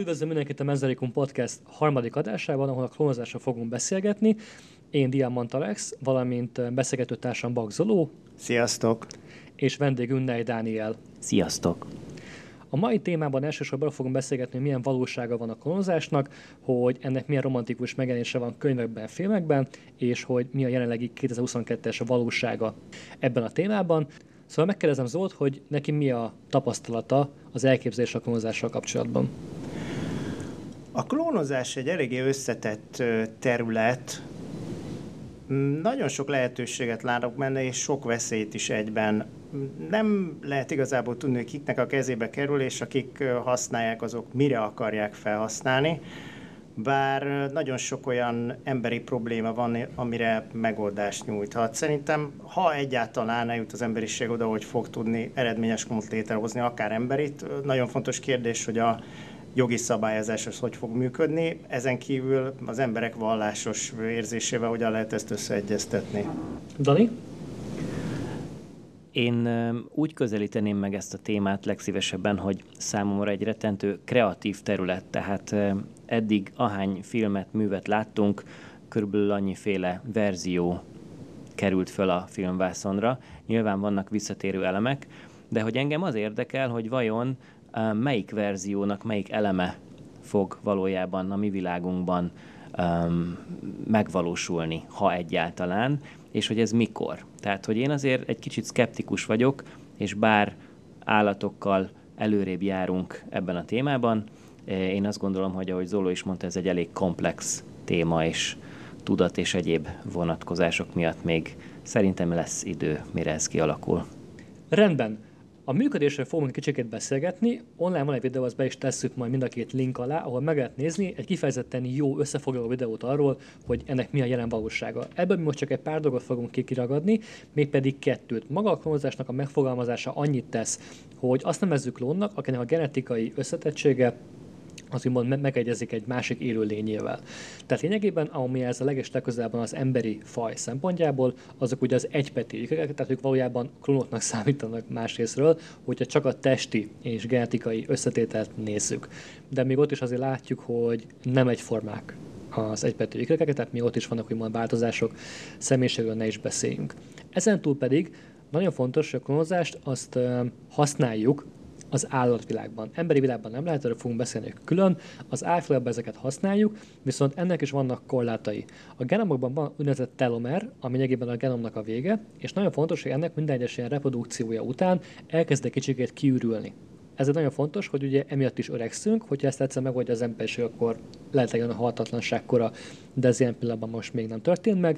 Üdvözlöm mindenkit a Mezerikum Podcast harmadik adásában, ahol a klónozásról fogunk beszélgetni. Én Diamant Alex, valamint beszélgető társam Bak Zoló. Sziasztok! És vendég Ünnei Dániel. Sziasztok! A mai témában elsősorban fogunk beszélgetni, hogy milyen valósága van a klónozásnak, hogy ennek milyen romantikus megjelenése van könyvekben, filmekben, és hogy mi a jelenlegi 2022-es valósága ebben a témában. Szóval megkérdezem Zolt, hogy neki mi a tapasztalata az elképzelés a klónozással kapcsolatban. A klónozás egy eléggé összetett terület. Nagyon sok lehetőséget látok benne, és sok veszélyt is egyben. Nem lehet igazából tudni, hogy kiknek a kezébe kerül, és akik használják, azok mire akarják felhasználni. Bár nagyon sok olyan emberi probléma van, amire megoldást nyújthat. Szerintem, ha egyáltalán eljut az emberiség oda, hogy fog tudni eredményes klónt létrehozni, akár emberit, nagyon fontos kérdés, hogy a jogi szabályozás az hogy fog működni. Ezen kívül az emberek vallásos érzésével hogyan lehet ezt összeegyeztetni. Dani? Én úgy közelíteném meg ezt a témát legszívesebben, hogy számomra egy rettentő kreatív terület, tehát eddig ahány filmet, művet láttunk, körülbelül annyiféle verzió került föl a filmvászonra. Nyilván vannak visszatérő elemek, de hogy engem az érdekel, hogy vajon melyik verziónak melyik eleme fog valójában a mi világunkban megvalósulni, ha egyáltalán, és hogy ez mikor. Tehát, hogy én azért egy kicsit szkeptikus vagyok, és bár állatokkal előrébb járunk ebben a témában, én azt gondolom, hogy ahogy Zoló is mondta, ez egy elég komplex téma, és tudat és egyéb vonatkozások miatt még szerintem lesz idő, mire ez kialakul. Rendben. A működésről fogunk kicsit beszélgetni, online van egy videó, azt be is tesszük majd mind a két link alá, ahol meg lehet nézni egy kifejezetten jó összefoglaló videót arról, hogy ennek mi a jelen valósága. Ebből mi most csak egy pár dolgot fogunk kiragadni, mégpedig kettőt. Maga a klónozásnak a megfogalmazása annyit tesz, hogy azt nevezzük klónnak, akinek a genetikai összetettsége az úgymond megegyezik egy másik élőlényével. Tehát lényegében, ami ez a legközelebb az emberi faj szempontjából, azok ugye az egypetű ikrek, tehát ők valójában klónoknak számítanak másrésztről, hogyha csak a testi és genetikai összetételt nézzük. De még ott is azért látjuk, hogy nem egyformák az egypetű ikrek, tehát még ott is vannak úgymond változások, személyiségről ne is beszéljünk. Ezen túl pedig nagyon fontos, hogy a klónozást azt használjuk az állatvilágban. Emberi világban nem lehet, erről fogunk beszélni külön, az állatvilágban ezeket használjuk, viszont ennek is vannak korlátai. A genomokban van úgynevezett telomer, ami lényegében a genomnak a vége, és nagyon fontos, hogy ennek minden egyes ilyen reprodukciója után elkezd egy kicsikét kiürülni. Ez nagyon fontos, hogy ugye emiatt is öregszünk, hogyha ezt egyszer megoldja az emberiség, akkor lehet egy olyan halhatatlanság kora, de ez ilyen pillanatban most még nem történt meg,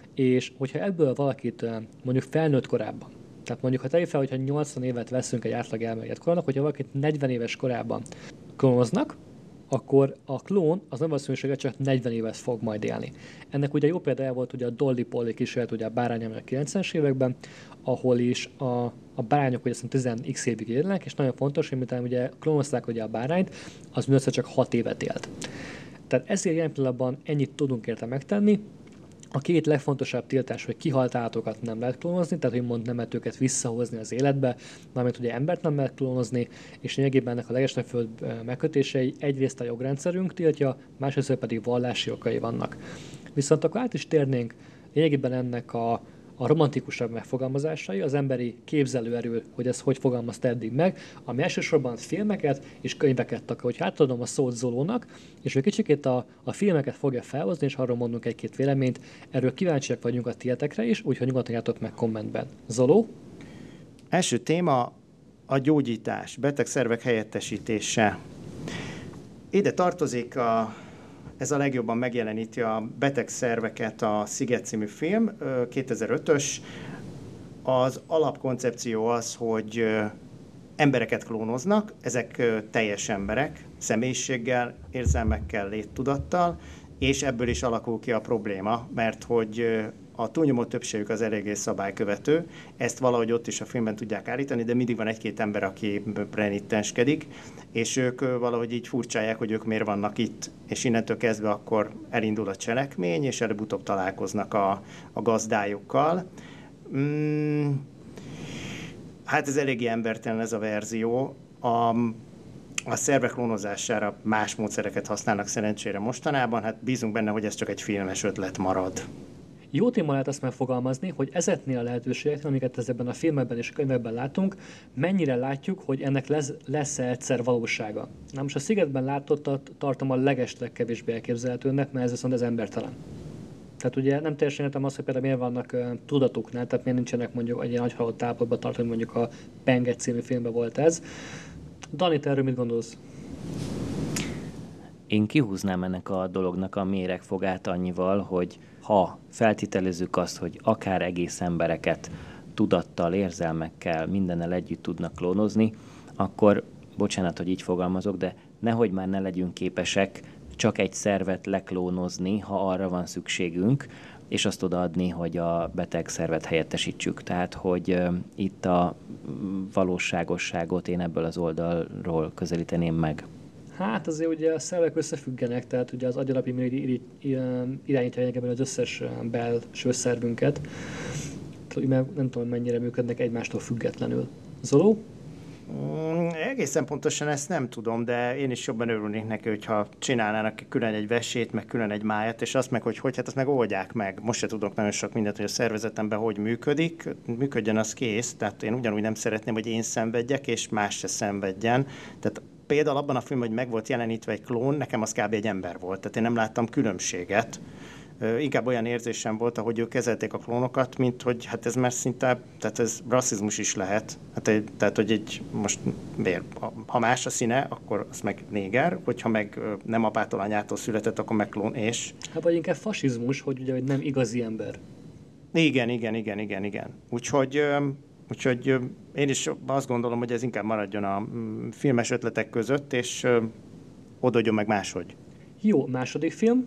és hogyha ebből valakit mondjuk felnőtt korában, tehát mondjuk, ha tegyük fel, hogyha 80 évet veszünk egy átlag elmélget kornak, hogyha valakit 40 éves korában klónoznak, akkor a klón az nagy valószínűséggel csak 40 évet fog majd élni. Ennek ugye jó példája volt ugye a Dolly Polly kísérlet ugye a bárányában a 90-es években, ahol is a bárányok ugye 10x évig élnek, és nagyon fontos, hogy miután ugye klónozták ugye a bárányt, az mindössze csak 6 évet élt. Tehát ezért jelen pillanatban ennyit tudunk érte megtenni. A két legfontosabb tiltás, hogy kihalt állatokat nem lehet klónozni, tehát úgymond nem lehet őket visszahozni az életbe, mármint ugye embert nem lehet klónozni, és lényegében ennek a legeslegfőbb megkötései egyrészt a jogrendszerünk tiltja, másrészt pedig vallási okai vannak. Viszont akkor át is térnénk lényegében ennek a romantikusabb megfogalmazásai, az emberi képzelőerő, hogy ez hogy fogalmazta eddig meg, ami elsősorban filmeket és könyveket akar. Hogyha átadom a szót Zolónak, és ő kicsikét a filmeket fogja felhozni, és arról mondunk egy-két véleményt, erről kíváncsiak vagyunk a tietekre is, úgyhogy nyugodtan írjátok meg kommentben. Zoló? Első téma a gyógyítás, betegszervek helyettesítése. Ide tartozik ez a legjobban megjeleníti a betegszerveket a Sziget című film, 2005-ös. Az alapkoncepció az, hogy embereket klónoznak, ezek teljes emberek, személyiséggel, érzelmekkel, léttudattal, és ebből is alakul ki a probléma, mert hogy a túlnyomó többségük az eléggé szabálykövető, ezt valahogy ott is a filmben tudják állítani, de mindig van egy-két ember, aki renitenskedik, és ők valahogy így furcsálják, hogy ők miért vannak itt, és innentől kezdve akkor elindul a cselekmény, és előbb-utóbb találkoznak a gazdájukkal. Hát ez eléggé embertelen ez a verzió. A szervek klónozására más módszereket használnak szerencsére mostanában, hát bízunk benne, hogy ez csak egy filmes ötlet marad. Jó téma lehet azt megfogalmazni, hogy ezeknél a lehetőségeknél, amiket ezekben a filmekben és könyvekben látunk, mennyire látjuk, hogy ennek lesz-e egyszer valósága. Na most a Szigetben látottat tartom a legkevésbé elképzelhetőnek, mert ez viszont az embertelen. Tehát ugye nem teljesen értem azt, hogy például miért vannak tudatuknál, tehát miért nincsenek mondjuk egy ilyen nagy halott állapotban tartani, mondjuk a Penget című filmben volt ez. Dani, te erről mit gondolsz? Én kihúznám ennek a dolognak a méregfogát annyival, hogy ha feltételezzük azt, hogy akár egész embereket tudattal, érzelmekkel, mindennel együtt tudnak klónozni, akkor, bocsánat, hogy így fogalmazok, de nehogy már ne legyünk képesek csak egy szervet leklónozni, ha arra van szükségünk, és azt odaadni, hogy a beteg szervet helyettesítsük. Tehát, hogy itt a valóságosságot én ebből az oldalról közelíteném meg. Hát azért ugye a szervek összefüggenek, tehát ugye az agyalapi irányítja lényegében az összes belső szervünket, mert nem tudom, mennyire működnek egymástól függetlenül. Zoló? Egészen pontosan ezt nem tudom, de én is jobban örülnék neki, hogyha csinálnának külön egy vesét, meg külön egy májat, és azt meg, hogy hát azt meg oldják meg. Most se tudok nagyon sok mindent, hogy a szervezetemben hogy működik. Működjön, az kész. Tehát én ugyanúgy nem szeretném, hogy én szenvedjek, és más se szenvedjen. Tehát például abban a filmben, hogy meg volt jelenítve egy klón, nekem az kb. Egy ember volt. Tehát én nem láttam különbséget. Inkább olyan érzésem volt, ahogy ők kezelték a klónokat, mint hogy hát ez már szinte, tehát ez rasszizmus is lehet. Tehát, hogy egy most ha más a színe, akkor az meg néger, hogyha meg nem apától, anyától született, akkor meg klón, és... Hát vagy inkább fasizmus, hogy ugye hogy nem igazi ember. Igen. Úgyhogy én is azt gondolom, hogy ez inkább maradjon a filmes ötletek között, és odaadjon meg máshogy. Jó, második film.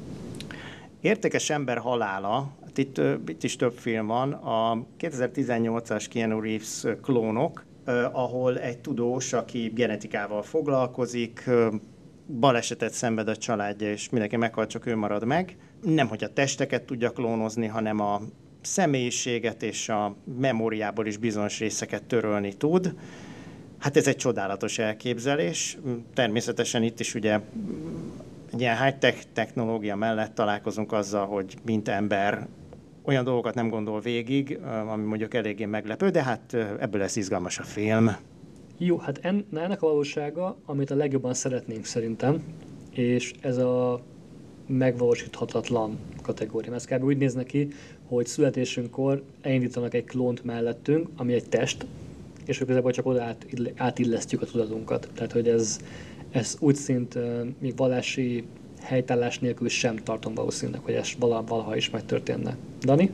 Értékes ember halála, itt is több film van, a 2018-as Keanu Reeves Klónok, ahol egy tudós, aki genetikával foglalkozik, balesetet szenved a családja, és mindenki meghal, csak ő marad meg. Nem, hogy a testeket tudja klónozni, hanem a személyiséget és a memóriából is bizonyos részeket törölni tud. Hát ez egy csodálatos elképzelés. Természetesen itt is ugye egy ilyen high-tech technológia mellett találkozunk azzal, hogy mint ember olyan dolgokat nem gondol végig, ami mondjuk eléggé meglepő, de hát ebből lesz izgalmas a film. Jó, hát ennek a valósága, amit a legjobban szeretnénk szerintem, és ez a megvalósíthatatlan kategória. Ez kb. Úgy néz neki, hogy születésünkkor elindítanak egy klónt mellettünk, ami egy test, és igazából csak oda átillesztjük a tudatunkat. Tehát, hogy ez úgy szint még vallási helytállás nélkül sem tartom valószínűleg, hogy ez valaha is megtörténne. Dani?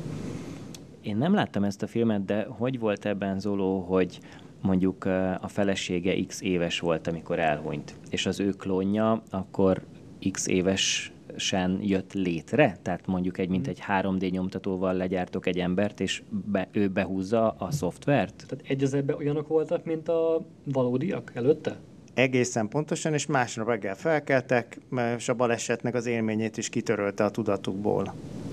Én nem láttam ezt a filmet, de hogy volt ebben, Zoló, hogy mondjuk a felesége x éves volt, amikor elhunyt, és az ő klónja akkor x évesen jött létre? Tehát mondjuk mint egy 3D nyomtatóval legyártok egy embert, és ő behúzza a szoftvert? Tehát egy az egyben olyanok voltak, mint a valódiak előtte? Egészen pontosan, és másnap reggel felkeltek, és a balesetnek az élményét is kitörölte a tudatukból.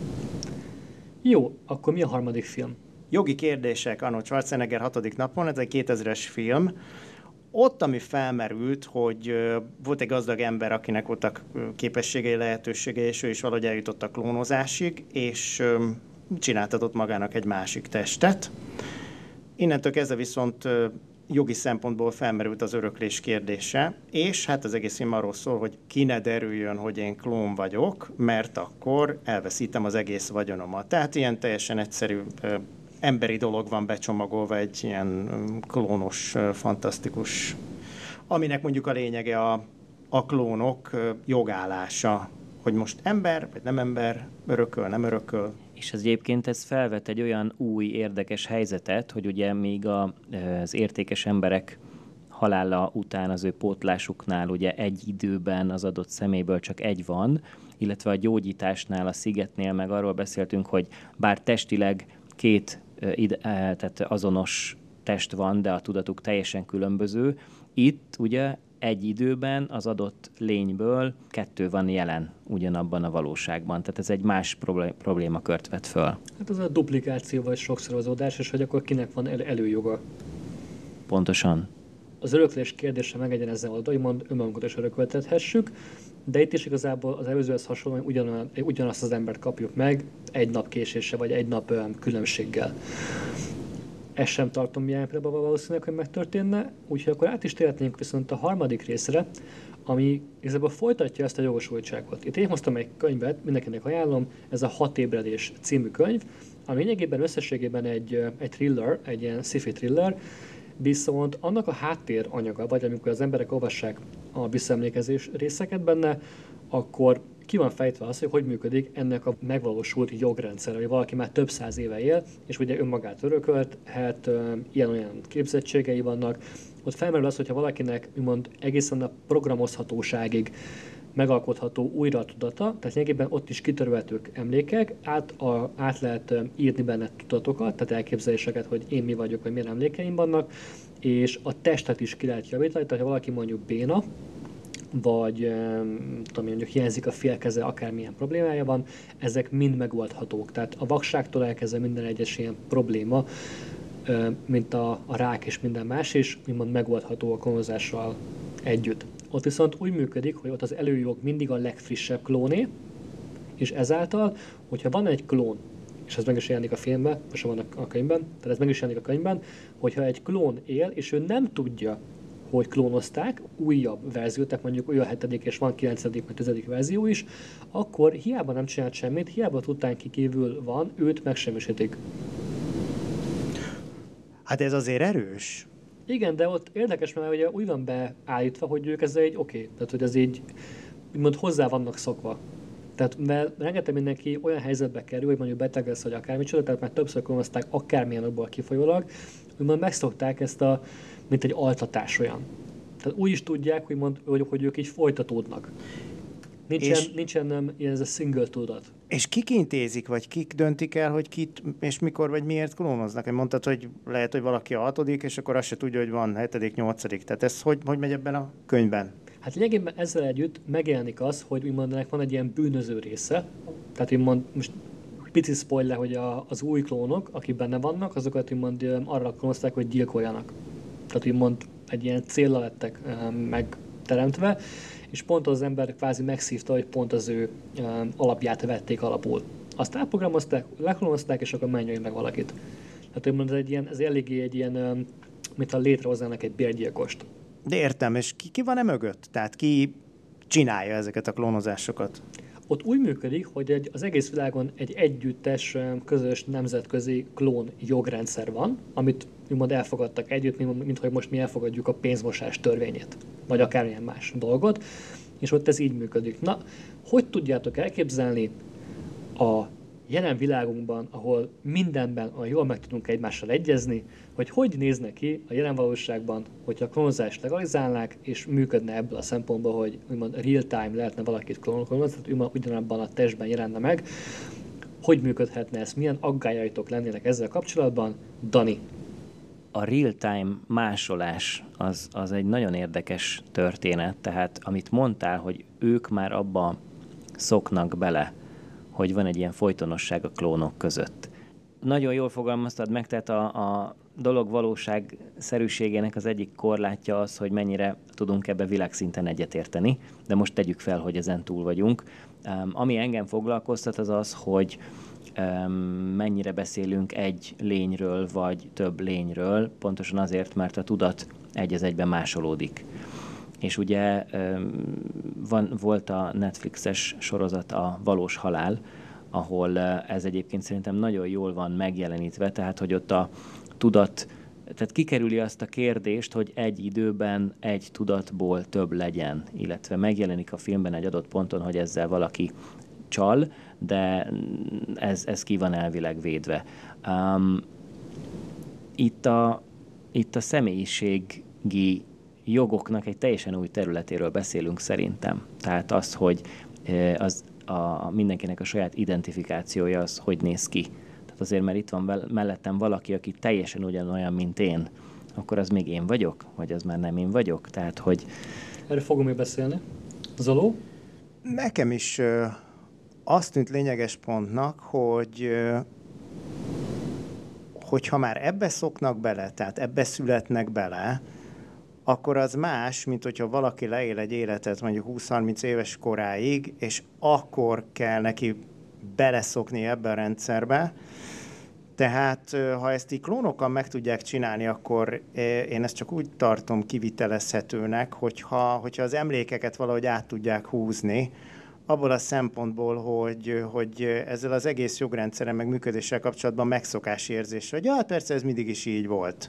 Jó, akkor mi a harmadik film? Jogi kérdések, Arnold Schwarzenegger 6. napon, ez egy 2000-es film. Ott, ami felmerült, hogy volt egy gazdag ember, akinek voltak képességei, lehetőségei, és ő is valahogy eljutott a klónozásig, és csináltatott magának egy másik testet. Innentől kezdve viszont jogi szempontból felmerült az öröklés kérdése, és hát az egész film arról szól, hogy ki ne derüljön, hogy én klón vagyok, mert akkor elveszítem az egész vagyonomat. Tehát ilyen teljesen egyszerű emberi dolog van becsomagolva egy ilyen klónos, fantasztikus, aminek mondjuk a lényege a klónok jogállása, hogy most ember, vagy nem ember, örököl, nem örököl. És egyébként ez felvet egy olyan új, érdekes helyzetet, hogy ugye még az értékes emberek halála után az ő pótlásuknál ugye egy időben az adott személyből csak egy van, illetve a gyógyításnál, a Szigetnél meg arról beszéltünk, hogy bár testileg tehát azonos test van, de a tudatuk teljesen különböző, itt ugye egy időben az adott lényből 2 van jelen ugyanabban a valóságban. Tehát ez egy más problémakört vet föl. Hát ez a duplikáció vagy sokszorozódás, és hogy akkor kinek van előjoga. Pontosan. az öröklés kérdése megegyen ezzel oldva, hogy mond önmagunkat is örököltethessük, de itt is igazából az előzőhez hasonlóan ugyanazt az embert kapjuk meg egy nap késése, vagy egy nap különbséggel. Ezt sem tartom jelen pillanatban valószínűleg, hogy megtörténne, úgyhogy akkor át is térhetnénk viszont a harmadik részre, ami igazából folytatja ezt a jogosultságot. Itt én hoztam egy könyvet, mindenkinek ajánlom, ez a 6 ébredés című könyv, ami lényegében összességében egy thriller, egy ilyen sci-fi thriller, viszont annak a háttér anyaga, vagy amikor az emberek olvassák a visszaemlékezés részeket benne, akkor ki van fejtve az, hogy működik ennek a megvalósult jogrendszer, hogy valaki már több száz éve él, és ugye önmagát örökölthet, ilyen-olyan képzettségei vannak. Ott felmerül az, hogyha valakinek úgymond egészen a programozhatóságig megalkotható újra a tudata, tehát lényegében ott is kitörölhetők emlékek, át lehet írni benne tudatokat, tehát elképzeléseket, hogy én mi vagyok, vagy milyen emlékeim vannak, és a testet is ki lehet javítani, tehát ha valaki mondjuk béna, vagy tudom, mondjuk hiányzik a félkeze, akármilyen problémája van, ezek mind megoldhatók. Tehát a vakságtól elkezdve minden egyes ilyen probléma, mint a rák és minden más is, úgymond megoldható a klónozással együtt. Ott viszont úgy működik, hogy ott az előjog mindig a legfrissebb klóné, és ezáltal, hogyha van egy klón, és ez meg is jelenik a filmben, most van a könyvben, tehát ez meg is jelenik a könyvben, hogyha egy klón él, és ő nem tudja, hogy klónozták, újabb verziót, tehát mondjuk olyan 7. és van 9. vagy 10. verzió is, akkor hiába nem csinált semmit, hiába tudtán ki kívül van, őt megsemmisítik. Hát ez azért erős. Igen, de ott érdekes, mert ugye úgy van beállítva, hogy ők ezzel egy oké, tehát hogy ez így úgymond hozzá vannak szokva. Tehát mert rengeteg mindenki olyan helyzetbe kerül, hogy mondjuk beteg lesz, vagy akármicsoda, tehát már többször klónozták akármilyen okból kifolyólag, úgymond megszokták ezt mint egy altatás olyan. Tehát úgy is tudják, hogy ők így folytatódnak. Nincsen ilyen ez a single tudat. És kik intézik, vagy kik döntik el, hogy kit és mikor, vagy miért klónoznak? Mondtad, hogy lehet, hogy valaki a 6., és akkor azt se tudja, hogy van 7., 8. Tehát ez hogy megy ebben a könyvben? Hát lényegében ezzel együtt megjelenik az, hogy úgymond ennek van egy ilyen bűnöző része. Tehát úgymond most pici spoiler, hogy az új klónok, akik benne vannak, azokat úgymond arra klónozták, hogy gyilkoljanak. Tehát úgymond egy ilyen céllal lettek megteremtve, és pont az ember kvázi megszívta, hogy pont az ő alapját vették alapul. Azt átprogramozták, leklónozták, és akkor menjen meg valakit. Tehát úgymond ez eléggé egy ilyen, mintha létrehoznának egy bérgyilkost. De értem, és ki van mögött? Tehát ki csinálja ezeket a klónozásokat? Ott úgy működik, hogy az egész világon egy együttes, közös nemzetközi klón jogrendszer van, amit úgymond elfogadtak együtt, mint hogy most mi elfogadjuk a pénzmosás törvényét, vagy akármilyen más dolgot, és ott ez így működik. Na, hogy tudjátok elképzelni a jelen világunkban, ahol mindenben jól meg tudunk egymással egyezni, hogy nézne ki a jelen valóságban, hogyha a klónozást legalizálnák, és működne ebből a szempontból, hogy úgymond real time lehetne valakit klónozni, tehát ugyanabban a testben jelenne meg. Hogy működhetne ez? Milyen aggályaitok lennének ezzel kapcsolatban? Dani. A real-time másolás az egy nagyon érdekes történet, tehát amit mondtál, hogy ők már abba szoknak bele, hogy van egy ilyen folytonosság a klónok között. Nagyon jól fogalmaztad meg, tehát a dolog valóságszerűségének az egyik korlátja az, hogy mennyire tudunk ebbe világszinten egyetérteni, de most tegyük fel, hogy ezen túl vagyunk. Ami engem foglalkoztat, az az, hogy mennyire beszélünk egy lényről, vagy több lényről, pontosan azért, mert a tudat egy az egyben másolódik. És ugye volt a Netflixes sorozat, a Valós halál, ahol ez egyébként szerintem nagyon jól van megjelenítve, tehát hogy ott a tudat, tehát kikerüli azt a kérdést, hogy egy időben egy tudatból több legyen, illetve megjelenik a filmben egy adott ponton, hogy ezzel valaki csal, de ez ki van elvileg védve. Itt a személyiségi jogoknak egy teljesen új területéről beszélünk szerintem. Tehát az, hogy mindenkinek a saját identifikációja az hogy néz ki. Tehát azért, mert itt van mellettem valaki, aki teljesen ugyanolyan, mint én, akkor az még én vagyok, vagy az már nem én vagyok. Tehát, hogy... Erről fogom még beszélni. Zoló? Nekem is azt tűnt lényeges pontnak, hogy ha már ebbe szoknak bele, tehát ebbe születnek bele, akkor az más, mint hogyha valaki leél egy életet mondjuk 20-30 éves koráig, és akkor kell neki beleszokni ebbe a rendszerbe. Tehát, ha ezt így klónokkal meg tudják csinálni, akkor én ezt csak úgy tartom kivitelezhetőnek, hogyha az emlékeket valahogy át tudják húzni, abból a szempontból, hogy ezzel az egész jogrendszeren meg működéssel kapcsolatban megszokási érzés, hogy ja, persze ez mindig is így volt.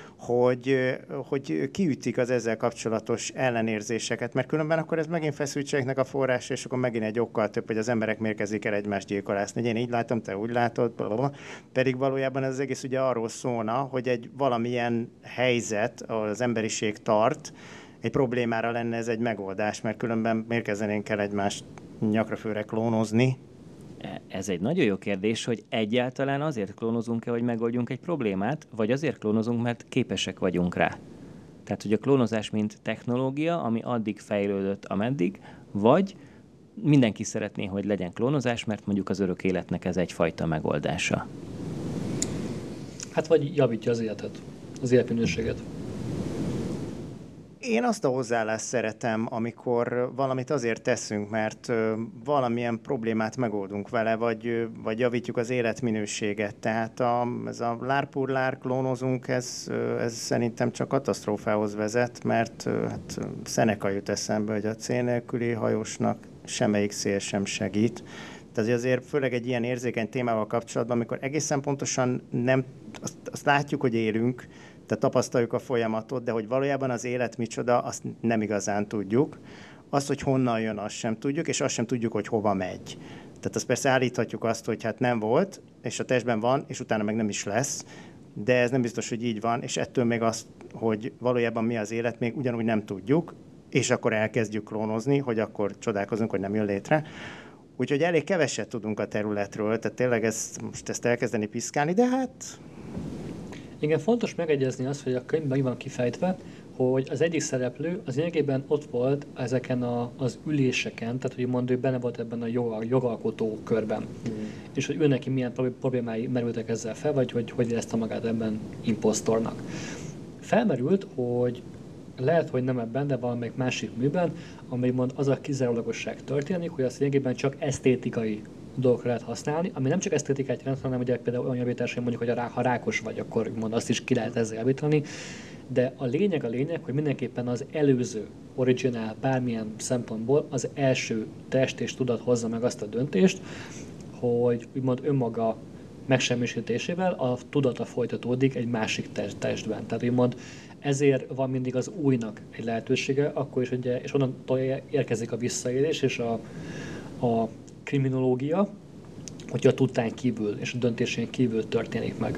Hogy kiütik az ezzel kapcsolatos ellenérzéseket, mert különben akkor ez megint feszültségnek a forrása, és akkor megint egy okkal több, hogy az emberek miért kezdik el egymást gyilkolászni. Én így látom, te úgy látod, blablabla. Pedig valójában ez az egész ugye arról szólna, hogy egy valamilyen helyzet, ahol az emberiség tart, egy problémára lenne ez egy megoldás, mert különben miért kezdenénk el egymást nyakrafőre klónozni. Ez egy nagyon jó kérdés, hogy egyáltalán azért klónozunk-e, hogy megoldjunk egy problémát, vagy azért klónozunk, mert képesek vagyunk rá. Tehát, hogy a klónozás mint technológia, ami addig fejlődött, ameddig, vagy mindenki szeretné, hogy legyen klónozás, mert mondjuk az örök életnek ez egyfajta megoldása. Hát vagy javítja az életet, az életminőséget. Én azt a hozzáállást szeretem, amikor valamit azért teszünk, mert valamilyen problémát megoldunk vele, vagy javítjuk az életminőséget. Tehát ez a lárpurlár klónozunk, ez szerintem csak katasztrófához vezet, mert hát Seneca jut eszembe, hogy a cél nélküli hajósnak semmelyik szél sem segít. Tehát azért főleg egy ilyen érzékeny témával kapcsolatban, amikor egészen pontosan nem, azt látjuk, hogy élünk, tehát tapasztaljuk a folyamatot, de hogy valójában az élet micsoda, azt nem igazán tudjuk. Azt, hogy honnan jön, azt sem tudjuk, és azt sem tudjuk, hogy hova megy. Tehát azt persze állíthatjuk azt, hogy hát nem volt, és a testben van, és utána meg nem is lesz, de ez nem biztos, hogy így van, és ettől még azt, hogy valójában mi az élet, még ugyanúgy nem tudjuk, és akkor elkezdjük klónozni, hogy akkor csodálkozunk, hogy nem jön létre. Úgyhogy elég keveset tudunk a területről, tehát tényleg most ezt elkezdeni piszkálni, de hát... Igen, fontos megegyezni azt, hogy a könyvben mi van kifejtve, hogy az egyik szereplő az lényegében ott volt ezeken az üléseken, tehát hogy mond, ő benne volt ebben a jogalkotó körben. És hogy ő neki milyen problémái merültek ezzel fel, vagy hogy érezte magát ebben imposztornak. Felmerült, hogy lehet, hogy nem ebben, de valamelyik másik műben, amely mond az a kizárólagosság történik, hogy azt lényegében csak esztétikai dolgokra lehet használni, ami nem csak esztétikát jelent, hanem ugye például olyan javítás, hogy mondjuk, hogy ha rákos vagy, akkor mond, azt is ki lehet ezzel javítani, de a lényeg, hogy mindenképpen az előző, originál, bármilyen szempontból az első test és tudat hozza meg azt a döntést, hogy úgymond önmaga megsemmisítésével a tudata folytatódik egy másik testben. Tehát úgymond ezért van mindig az újnak egy lehetősége, akkor is ugye, és onnantól érkezik a visszaélés és a kriminológia, hogyha a tudtán kívül és a döntésén kívül történik meg.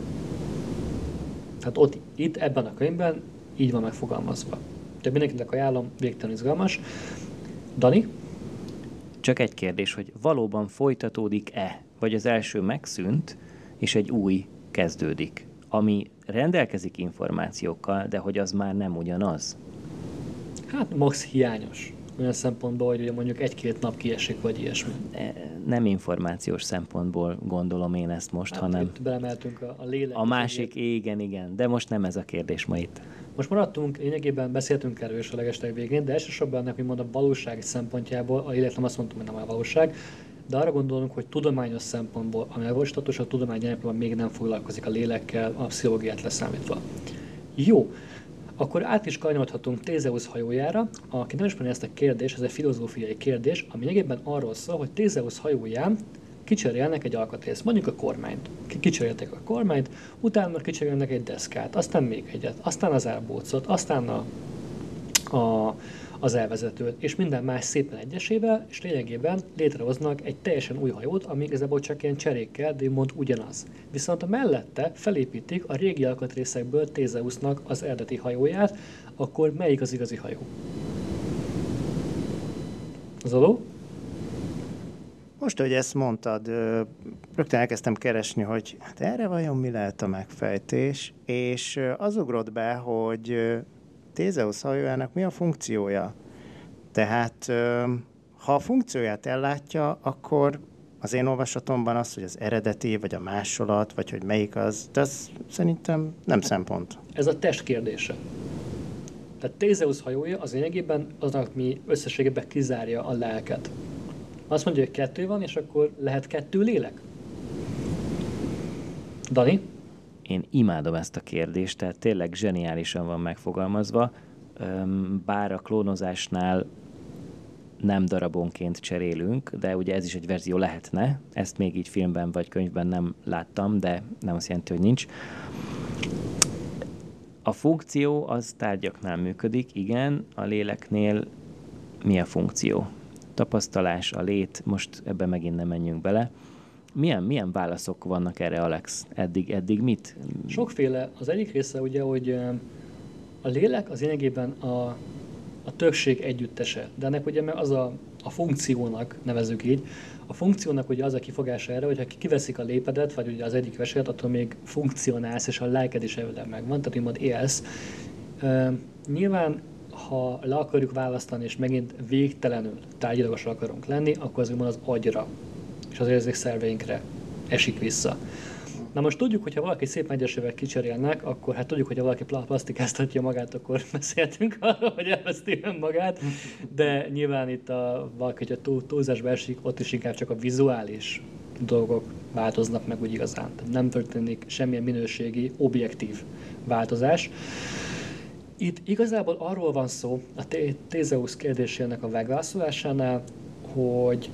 Tehát itt ebben a könyvben így van megfogalmazva. De mindenkinek ajánlom, végtelen izgalmas. Dani? Csak egy kérdés, hogy valóban folytatódik-e, vagy az első megszűnt, és egy új kezdődik, ami rendelkezik információkkal, de hogy az már nem ugyanaz? Hát max hiányos. Olyan szempontból, hogy ugye mondjuk 1-2 nap kiesik, vagy ilyesmi. Nem információs szempontból gondolom én ezt most, hát, hanem... Belemeltünk a lélek. A másik, igen, de most nem ez a kérdés ma itt. Most maradtunk, lényegében beszéltünk erről is a legesleg végén, de elsősorban ennek, úgymond a valóság szempontjából, a lélek nem azt mondtam, hogy nem a valóság, de arra gondolunk, hogy tudományos szempontból, ami megvalósítatos, a tudomány jelen még nem foglalkozik a lélekkel, a pszichológiát leszámítva. Jó, akkor át is kanyarodhatunk Thézeusz hajójára. Aki nem ismeri ezt a kérdést, ez egy filozófiai kérdés, ami lényegében arról szól, hogy Thézeusz hajóján kicserélnek egy alkatrészt, mondjuk a kormányt. Kicserélték a kormányt, utána kicserélnek egy deszkát, aztán még egyet, aztán az árbócot, aztán az elvezetőt, és minden más szépen egyesével, és lényegében létrehoznak egy teljesen új hajót, ami igazából csak ilyen cserékkel, de mond ugyanaz. Viszont a mellette felépítik a régi alkatrészekből Thézeusznak az eredeti hajóját, akkor melyik az igazi hajó? Zoló? Most, hogy ezt mondtad, rögtön elkezdtem keresni, hogy hát erre vajon mi lehet a megfejtés, és az ugrott be, hogy Thézeusz hajójának mi a funkciója. Tehát ha a funkcióját ellátja, akkor az én olvasatomban az, hogy az eredeti, vagy a másolat, vagy hogy melyik az, de az szerintem nem szempont. Ez a test kérdése. Tehát Thézeus hajója az lényegében aznak, mi összességében kizárja a lelket. Azt mondja, hogy 2 van, és akkor lehet 2 lélek? Dani? Én imádom ezt a kérdést, tehát tényleg zseniálisan van megfogalmazva, bár a klónozásnál nem darabonként cserélünk, de ugye ez is egy verzió lehetne, ezt még így filmben vagy könyvben nem láttam, de nem azt jelenti, hogy nincs. A funkció az tárgyaknál működik, igen, a léleknél mi a funkció? Tapasztalás, a lét, most ebben megint nem menjünk bele. Milyen válaszok vannak erre, Alex? Eddig mit? Sokféle. Az egyik része ugye, hogy a lélek az lényegében a többség együttese. De ennek ugye az a funkciónak, nevezzük így, a funkciónak ugye az a kifogása erre, hogy ha kiveszik a lépedet, vagy ugye az egyik vesélyt, attól még funkcionálsz, és a lelked is előre megvan, tehát úgymond élsz. Nyilván, ha le akarjuk választani, és megint végtelenül tárgyilagosra akarunk lenni, akkor az úgymond az agyra és az érzékszerveinkre esik vissza. Na most tudjuk, hogy ha valaki szép egyesével kicserélnek, akkor hát tudjuk, hogy ha valaki plastikáztatja magát, akkor beszéltünk arról, hogy elveszti önmagát, de nyilván itt valaki, hogyha túlzásba esik, ott is inkább csak a vizuális dolgok változnak meg úgy igazán. Tehát nem történik semmilyen minőségi, objektív változás. Itt igazából arról van szó a Thézeus kérdésének a megválaszolásánál, hogy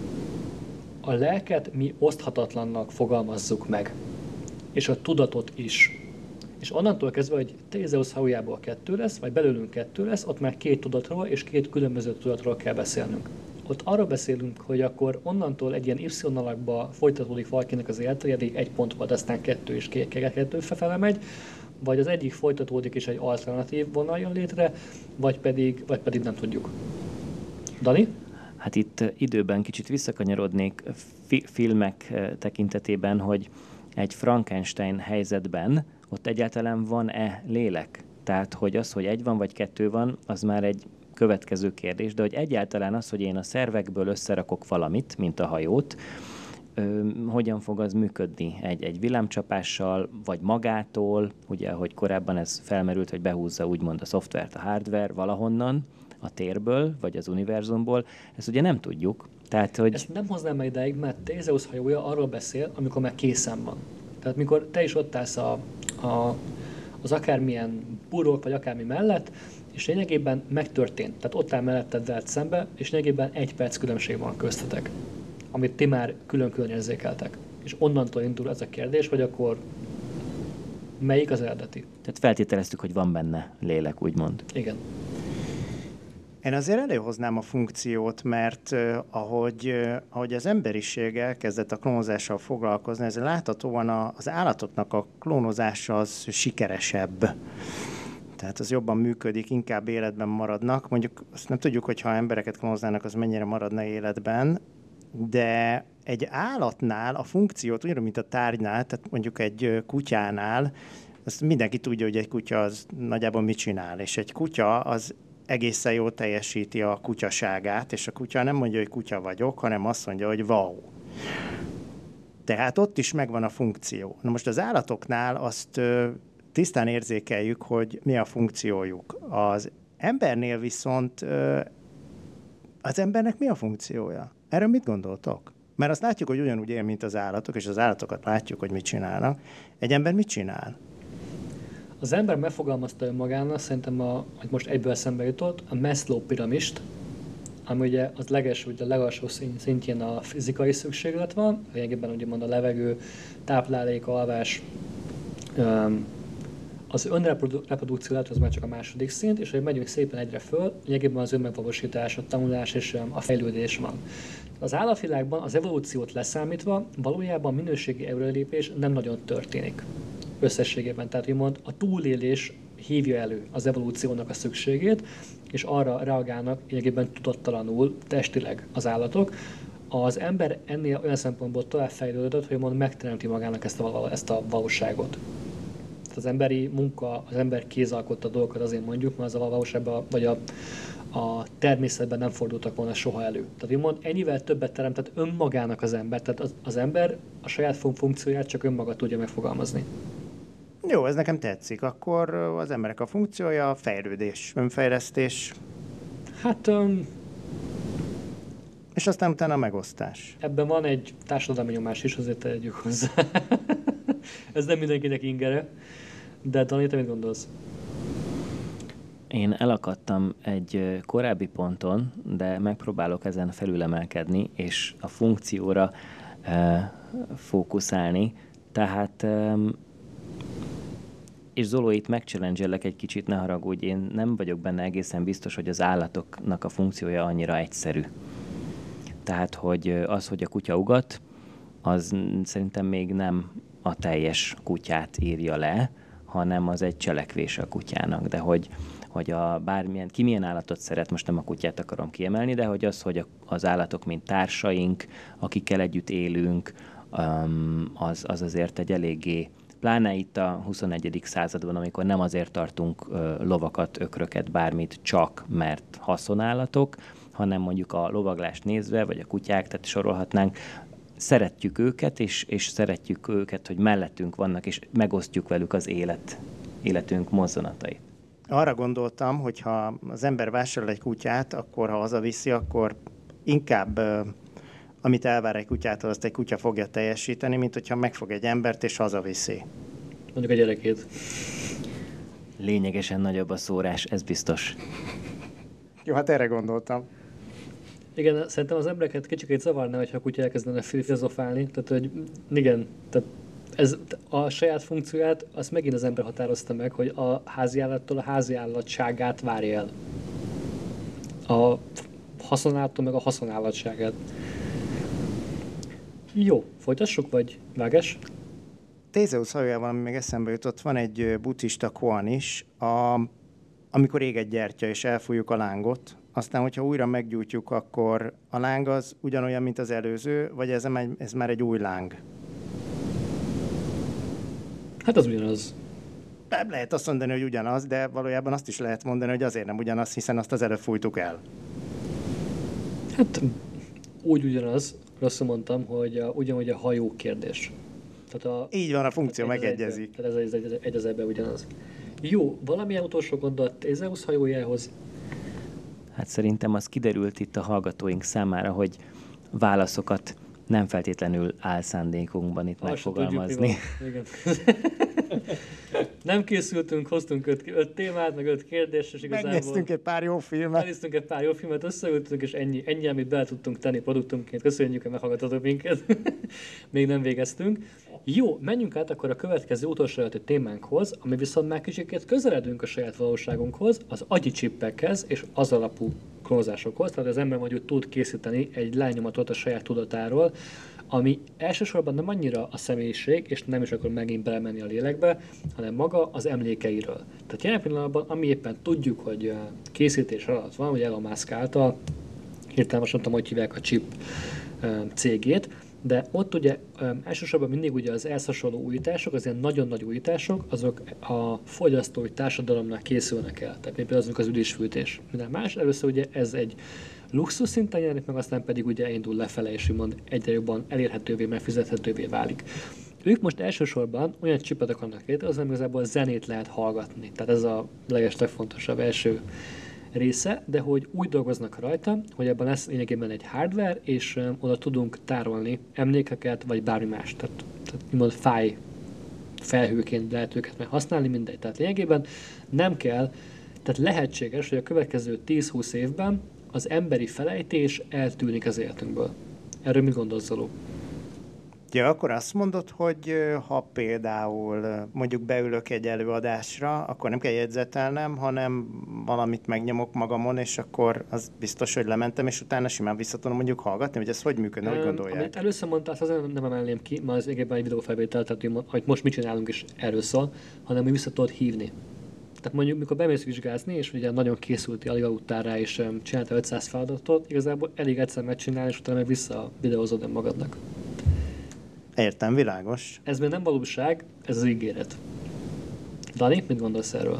a lelket mi oszthatatlannak fogalmazzuk meg, és a tudatot is. És onnantól kezdve, hogy Thézeus hajójából 2 lesz, vagy belőlünk 2 lesz, ott már 2 tudatról és 2 különböző tudatról kell beszélnünk. Ott arról beszélünk, hogy akkor onnantól egy ilyen Y-alakba folytatódik valakinek az élete, eddig 1 pont volt, aztán 2 és 2 fele megy, vagy az egyik folytatódik és egy alternatív vonal jön létre, vagy pedig nem tudjuk. Dani? Hát itt időben kicsit visszakanyarodnék filmek tekintetében, hogy egy Frankenstein helyzetben ott egyáltalán van-e lélek? Tehát, hogy az, hogy 1 van vagy 2 van, az már egy következő kérdés, de hogy egyáltalán az, hogy én a szervekből összerakok valamit, mint a hajót, hogyan fog az működni? Egy villámcsapással, vagy magától, ugye, hogy korábban ez felmerült, hogy behúzza úgymond a szoftvert, a hardware valahonnan, a térből, vagy az univerzumból, ezt ugye nem tudjuk. Tehát, hogy... Ezt nem hoznám meg ideig, mert Thézeus hajója arról beszél, amikor már készen van. Tehát mikor te is ott állsz az akármilyen burok, vagy akármi mellett, és lényegében megtörtént. Tehát ott áll melletted veled szembe, és lényegében 1 perc különbség van köztetek, amit ti már külön-külön érzékeltek. És onnantól indul ez a kérdés, hogy akkor melyik az eredeti? Tehát feltételeztük, hogy van benne lélek, úgymond. Igen. Én azért előhoznám a funkciót, mert ahogy az emberiség elkezdett a klónozással foglalkozni, ez láthatóan az állatoknak a klónozása az sikeresebb. Tehát az jobban működik, inkább életben maradnak. Mondjuk azt nem tudjuk, hogy ha embereket klónoznának, az mennyire maradna életben, de egy állatnál a funkciót, ugyanúgy, mint a tárgynál, tehát mondjuk egy kutyánál, azt mindenki tudja, hogy egy kutya az nagyjából mit csinál, és egy kutya az egészen jól teljesíti a kutyaságát, és a kutya nem mondja, hogy kutya vagyok, hanem azt mondja, hogy wow. Tehát ott is megvan a funkció. Na most az állatoknál azt tisztán érzékeljük, hogy mi a funkciójuk. Az embernél viszont az embernek mi a funkciója? Erről mit gondoltok? Mert azt látjuk, hogy ugyanúgy él, mint az állatok, és az állatokat látjuk, hogy mit csinálnak. Egy ember mit csinál? Az ember megfogalmazta önmagának, szerintem, hogy most egyből eszembe jutott, a Maslow piramist, ami ugye az legalsó szintjén a fizikai szükséglet van, lényegében úgymond a levegő, táplálék, alvás, az önreprodukció lehet, az már csak a második szint, és hogy megyünk szépen egyre föl, lényegében az önmegvalósítás, a tanulás és a fejlődés van. Az állatvilágban az evolúciót leszámítva valójában minőségi előrelépés nem nagyon történik összességében. Tehát úgymond a túlélés hívja elő az evolúciónak a szükségét, és arra reagálnak lényegében tudattalanul, testileg az állatok. Az ember ennél olyan szempontból tovább fejlődött, hogy mond megteremti magának ezt a valóságot. Tehát az emberi munka, az ember kéz alkotta dolgokat, azért mondjuk, mert az a valóságban, vagy a természetben nem fordultak volna soha elő. Tehát úgymond ennyivel többet teremtett önmagának az ember, tehát az ember a saját funkcióját csak önmaga tudja megfogalmazni. Jó, ez nekem tetszik. Akkor az emberek a funkciója, a fejlődés, önfejlesztés, Hát és aztán utána a megosztás. ebben van egy társadalmi nyomás is, azért tegyük hozzá. Ez nem mindenkinek ingere. De Dani, te mit gondolsz? Én elakadtam egy korábbi ponton, de megpróbálok ezen felülemelkedni, és a funkcióra fókuszálni. Tehát, és Zoló, itt megchallenge-ellek egy kicsit, ne haragudj, én nem vagyok benne egészen biztos, hogy az állatoknak a funkciója annyira egyszerű. Tehát, hogy az, hogy a kutya ugat, az szerintem még nem a teljes kutyát írja le, hanem az egy cselekvés a kutyának. De hogy a bármilyen, ki milyen állatot szeret, most nem a kutyát akarom kiemelni, de hogy az, hogy az állatok, mint társaink, akikkel együtt élünk, az azért egy eléggé, pláne itt a 21. században, amikor nem azért tartunk lovakat, ökröket, bármit, csak mert haszonállatok, hanem mondjuk a lovaglást nézve, vagy a kutyák, tehát sorolhatnánk, szeretjük őket, és szeretjük őket, hogy mellettünk vannak, és megosztjuk velük az életünk mozzanatait. Arra gondoltam, hogy ha az ember vásárol egy kutyát, akkor ha hazaviszi, akkor inkább amit elvár egy kutyától, azt egy kutya fogja teljesíteni, mint hogyha megfog egy embert és hazaviszi. Mondjuk a gyerekét. Lényegesen nagyobb a szórás, ez biztos. Jó, hát erre gondoltam. Igen, szerintem az embereket kicsikét zavarná, hogyha a kutya elkezdene filozofálni. Tehát, hogy igen, tehát ez a saját funkcióját, azt megint az ember határozta meg, hogy a háziállattól a háziállatságát várja el. A haszonállattól meg a haszonállatságát. Jó, folytassuk, vagy vágás? Tézeusz hajójával, ami még eszembe jutott, van egy buddhista koan is, amikor ég egy gyertya, és elfújjuk a lángot, aztán, hogyha újra meggyújtjuk, akkor a láng az ugyanolyan, mint az előző, vagy ez már egy új láng? Hát az ugyanaz. Nem lehet azt mondani, hogy ugyanaz, de valójában azt is lehet mondani, hogy azért nem ugyanaz, hiszen azt az előbb fújtuk el. Hát úgy ugyanaz, rosszul mondtam, hogy ugyanúgy a hajó kérdés. Tehát így van, a funkció tehát megegyezik. Tehát ez egy az ebben ugyanaz. Jó, valamilyen utolsó gondolat Tézeusz hajójához? Hát szerintem az kiderült itt a hallgatóink számára, hogy válaszokat nem feltétlenül áll szándékunkban itt megfogalmazni. Igen. Nem készültünk, hoztunk 5 témát, meg 5 kérdést, és igazából... Megnéztünk egy pár jó filmet. Összeültünk, és ennyi, amit bele tudtunk tenni produktumként. Köszönjük, hogy meghallgatotok minket. Még nem végeztünk. Jó, menjünk át akkor a következő utolsó előtti témánkhoz, ami viszont már kicsit közeledünk a saját valóságunkhoz, az agyi csippekhez és az alapú klónozásokhoz. Tehát az ember mondjuk tud készíteni egy lenyomatot a saját tudatáról, ami elsősorban nem annyira a személyiség, és nem is akkor megint belemenni a lélekbe, hanem maga az emlékeiről. Tehát jelen pillanatban, ami éppen tudjuk, hogy készítés alatt van, hogy Elon Musk által, hirtelen most nem tudom, hogy hívják a chip cégét, de ott ugye elsősorban mindig ugye az ehhez hasonló újítások, az ilyen nagyon nagy újítások, azok a fogyasztói társadalomnak készülnek el. Tehát például az üdésfűtés. Minden más, először ugye ez egy luxus szinten jelenik meg, aztán pedig ugye indul lefele, és úgymond egyre jobban elérhetővé, megfizethetővé válik. Ők most elsősorban olyan csipet akarnak létrehozni, ami igazából zenét lehet hallgatni. Tehát ez a legfontosabb első része, de hogy úgy dolgoznak rajta, hogy ebben lesz lényegében egy hardware, és oda tudunk tárolni emlékeket, vagy bármi más. Tehát úgymond felhőként lehet őket meg használni, mindegy. Tehát lényegében nem kell, tehát lehetséges, hogy a következő 10-20 évben az emberi felejtés eltűnik az életünkből. Erről mit gondolsz, Zoló? Ja, akkor azt mondod, hogy ha például mondjuk beülök egy előadásra, akkor nem kell jegyzetelnem, hanem valamit megnyomok magamon, és akkor az biztos, hogy lementem, és utána simán vissza tudom mondjuk hallgatni, vagy ez hogy működne, hogy gondolják? Amit először mondtál, az nem emelném ki, mert az egyébként egy videófelvétel, tehát hogy most mit csinálunk is erről szól, hanem hogy vissza tudod hívni. Tehát mondjuk, mikor bemész vizsgázni, és ugye nagyon készülti, alig aludtál rá, és csinálta 500 feladatot, igazából elég egyszer megcsinálni, és utána meg vissza videózod önmagadnak. Értem, világos. Ez még nem valóság, ez az ígéret. Dani, mit gondolsz erről?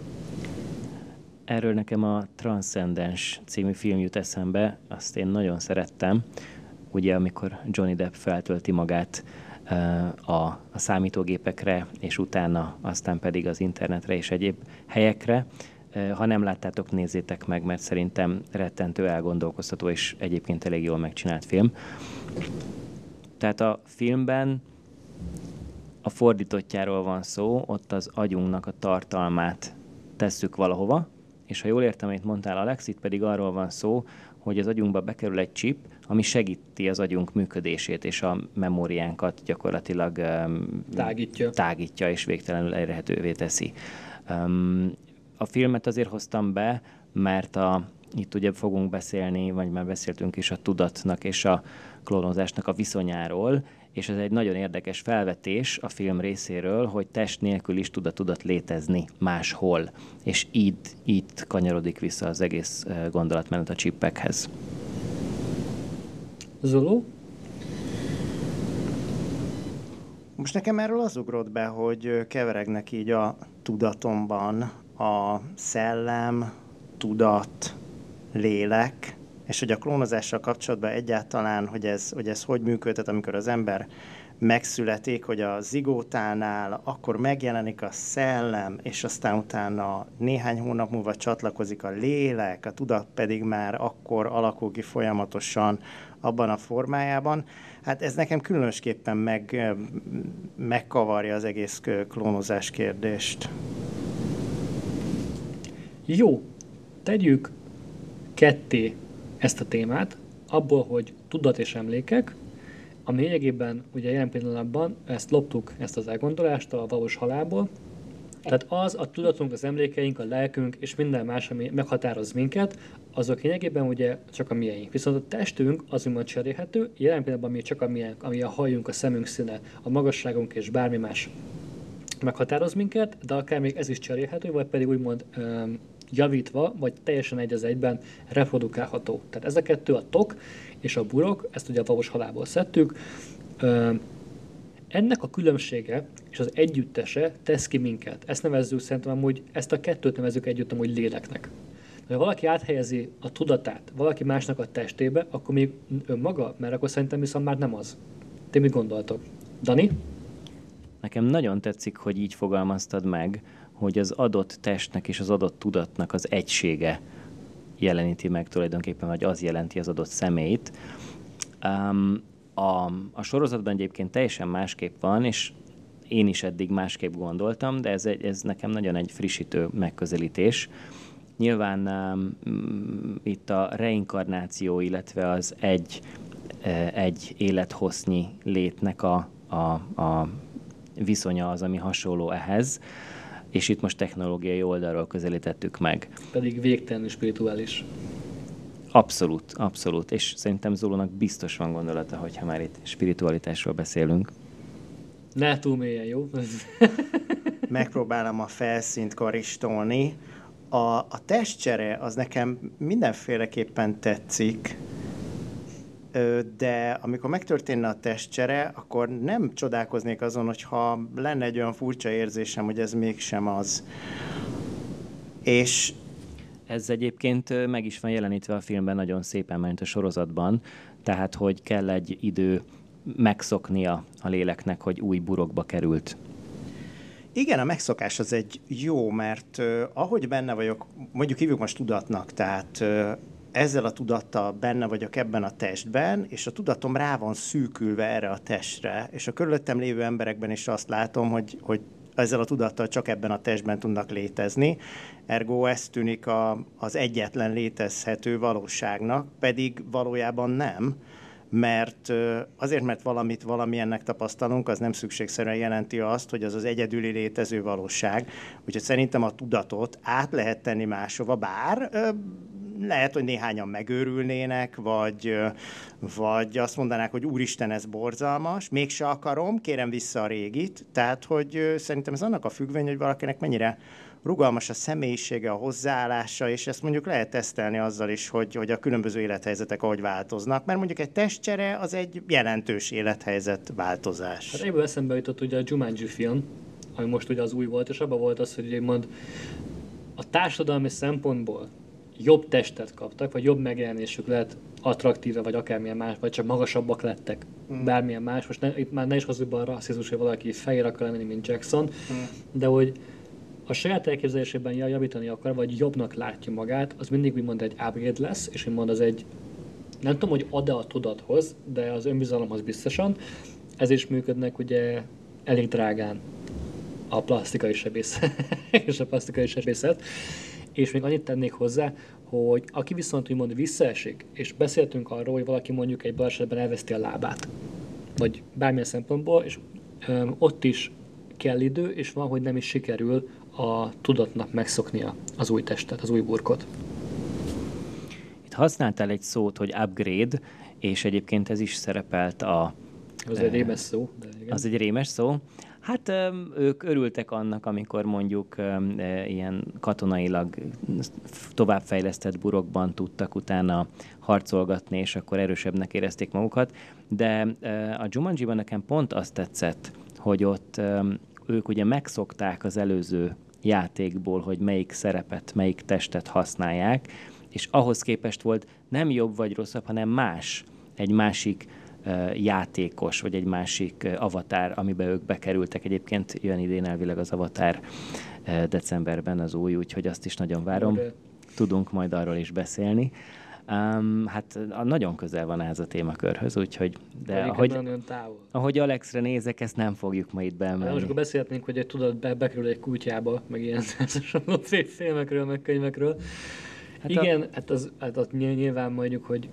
Erről nekem a Transcendence című film jut eszembe, azt én nagyon szerettem. Ugye, amikor Johnny Depp feltölti magát a számítógépekre, és utána aztán pedig az internetre és egyéb helyekre. Ha nem láttátok, nézzétek meg, mert szerintem rettentő, elgondolkoztató és egyébként elég jól megcsinált film. Tehát a filmben a fordítottjáról van szó, ott az agyunknak a tartalmát tesszük valahova, és ha jól értem, amit mondtál, Alex, itt pedig arról van szó, hogy az agyunkba bekerül egy chip, ami segíti az agyunk működését, és a memóriánkat gyakorlatilag tágítja és végtelenül elérhetővé teszi. A filmet azért hoztam be, mert itt ugye fogunk beszélni, vagy már beszéltünk is a tudatnak és a klónozásnak a viszonyáról, és ez egy nagyon érdekes felvetés a film részéről, hogy test nélkül is tud a tudat létezni máshol, és itt kanyarodik vissza az egész gondolatmenet a csippekhez. Zoló? Most nekem erről az ugrott be, hogy keveregnek így a tudatomban a szellem, tudat, lélek, és hogy a klónozással kapcsolatban egyáltalán, hogy ez hogy működhet, amikor az ember megszületik, hogy a zigótánál akkor megjelenik a szellem, és aztán utána néhány hónap múlva csatlakozik a lélek, a tudat pedig már akkor alakul ki folyamatosan abban a formájában. Hát ez nekem különösképpen megkavarja az egész klónozás kérdést. Jó, tegyük ketté ezt a témát, abból, hogy tudat és emlékek, ami lényegében ugye jelen pillanatban ezt loptuk, ezt az elgondolást a valós halálból. Tehát az a tudatunk, az emlékeink, a lelkünk és minden más, ami meghatároz minket, azok lényegében ugye csak a miénk. Viszont a testünk az úgymond cserélhető, jelen pillanatban mi csak a miénk, ami a hajunk, a szemünk színe, a magasságunk és bármi más meghatároz minket, de akár még ez is cserélhető, vagy pedig úgymond javítva, vagy teljesen egy az egyben reprodukálható. Tehát ez a kettő, a tok és a burok, ezt ugye a valós halálból szedtük. Ennek a különbsége és az együttese tesz ki minket. Ezt nevezzük szerintem amúgy, ezt a kettőt nevezzük együtt amúgy léleknek. Ha valaki áthelyezi a tudatát valaki másnak a testébe, akkor még önmaga, mert akkor szerintem viszont már nem az. Ti mit gondoltok? Dani? Nekem nagyon tetszik, hogy így fogalmaztad meg, hogy az adott testnek és az adott tudatnak az egysége jeleníti meg tulajdonképpen, vagy az jelenti az adott személyt. A sorozatban egyébként teljesen másképp van, és én is eddig másképp gondoltam, de ez nekem nagyon egy frissítő megközelítés. Nyilván itt a reinkarnáció, illetve az egy élethosznyi létnek a viszonya az, ami hasonló ehhez, és itt most technológiai oldalról közelítettük meg. Pedig végtelenül spirituális. Abszolút, abszolút. És szerintem Zolónak biztos van gondolata, hogyha már itt spiritualitásról beszélünk. Ne túl mélyen, jó? Megpróbálom a felszínt karistolni. A testcsere az nekem mindenféleképpen tetszik, de amikor megtörténne a testcsere, akkor nem csodálkoznék azon, hogyha lenne egy olyan furcsa érzésem, hogy ez mégsem az. És ez egyébként meg is van jelenítve a filmben nagyon szépen, mint a sorozatban, tehát hogy kell egy idő megszoknia a léleknek, hogy új burokba került. Igen, a megszokás az egy jó, mert ahogy benne vagyok, mondjuk hívjuk most tudatnak, tehát ezzel a tudattal benne vagyok ebben a testben, és a tudatom rá van szűkülve erre a testre, és a körülöttem lévő emberekben is azt látom, hogy ezzel a tudattal csak ebben a testben tudnak létezni. Ergo ez tűnik az egyetlen létezhető valóságnak, pedig valójában nem, mert mert valamilyennek tapasztalunk, az nem szükségszerűen jelenti azt, hogy az az egyedüli létező valóság. Úgyhogy szerintem a tudatot át lehet tenni máshova, bár lehet, hogy néhányan megőrülnének, vagy azt mondanák, hogy úristen, ez borzalmas, mégse akarom, kérem vissza a régit. Tehát, hogy szerintem ez annak a függvény, hogy valakinek mennyire rugalmas a személyisége, a hozzáállása, és ezt mondjuk lehet tesztelni azzal is, hogy a különböző élethelyzetek ahogy változnak, mert mondjuk egy testcsere az egy jelentős élethelyzet változás. Hát ebből eszembe jutott ugye a Jumanji film, ami most ugye az új volt, és abban volt az, hogy mond, a társadalmi szempontból jobb testet kaptak, vagy jobb megjelenésük lett attraktíve, vagy akármilyen más, vagy csak magasabbak lettek, bármilyen más. Most itt már ne is hozzuk be a rasszizmus, hogy valaki fehér akar lenni, mint Jackson, de hogy a saját elképzelésében javítani akar, vagy jobbnak látja magát, az mindig úgymond egy upgrade lesz, és úgymond az egy, nem tudom, hogy ad-e a tudathoz, de az önbizalomhoz biztosan, ez is működnek ugye elég drágán a plastikai sebészet és a plastikai sebészet. És még annyit tennék hozzá, hogy aki viszont úgymond visszaesik, és beszéltünk arról, hogy valaki mondjuk egy balesetben elveszti a lábát, vagy bármilyen szempontból, és ott is kell idő, és van, hogy nem is sikerül a tudatnak megszoknia az új testet, az új burkot. Itt használtál egy szót, hogy upgrade, és egyébként ez is szerepelt Az egy rémes szó. De igen. Az egy rémes szó. Hát ők örültek annak, amikor mondjuk ilyen katonailag továbbfejlesztett burokban tudtak utána harcolgatni, és akkor erősebbnek érezték magukat. De a Jumanjiban nekem pont azt tetszett, hogy ott ők ugye megszokták az előző játékból, hogy melyik szerepet, melyik testet használják, és ahhoz képest volt nem jobb vagy rosszabb, hanem más, egy másik játékos, vagy egy másik avatár, amiben ők bekerültek. Egyébként jön idén elvileg az Avatar decemberben az új, úgyhogy azt is nagyon várom. Tudunk majd arról is beszélni. Hát nagyon közel van ez a témakörhöz, úgyhogy de ahogy Alexre nézek, ezt nem fogjuk ma itt beemelni. Most akkor beszélhetnénk, hogy tudod, bekerül egy kutyába, meg ilyen filmekről, meg könyvekről. Hát igen, hát nyilván mondjuk, hogy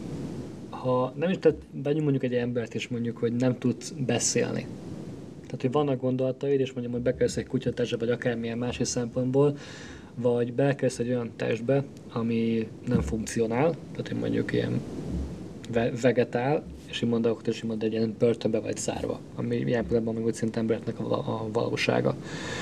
ha nem is bennünk mondjuk egy embert is mondjuk, hogy nem tudsz beszélni. Tehát, hogy vannak gondolataid, és mondjuk, hogy bekerülsz egy kutyatestbe, vagy akármilyen másik szempontból, vagy bekerülsz egy olyan testbe, ami nem funkcionál, tehát, hogy mondjuk ilyen vegetál, és így mondok, és így mond egy ilyen börtönbe vagy zárva, ami ilyen pillanatban meg úgy szint embereknek a valósága.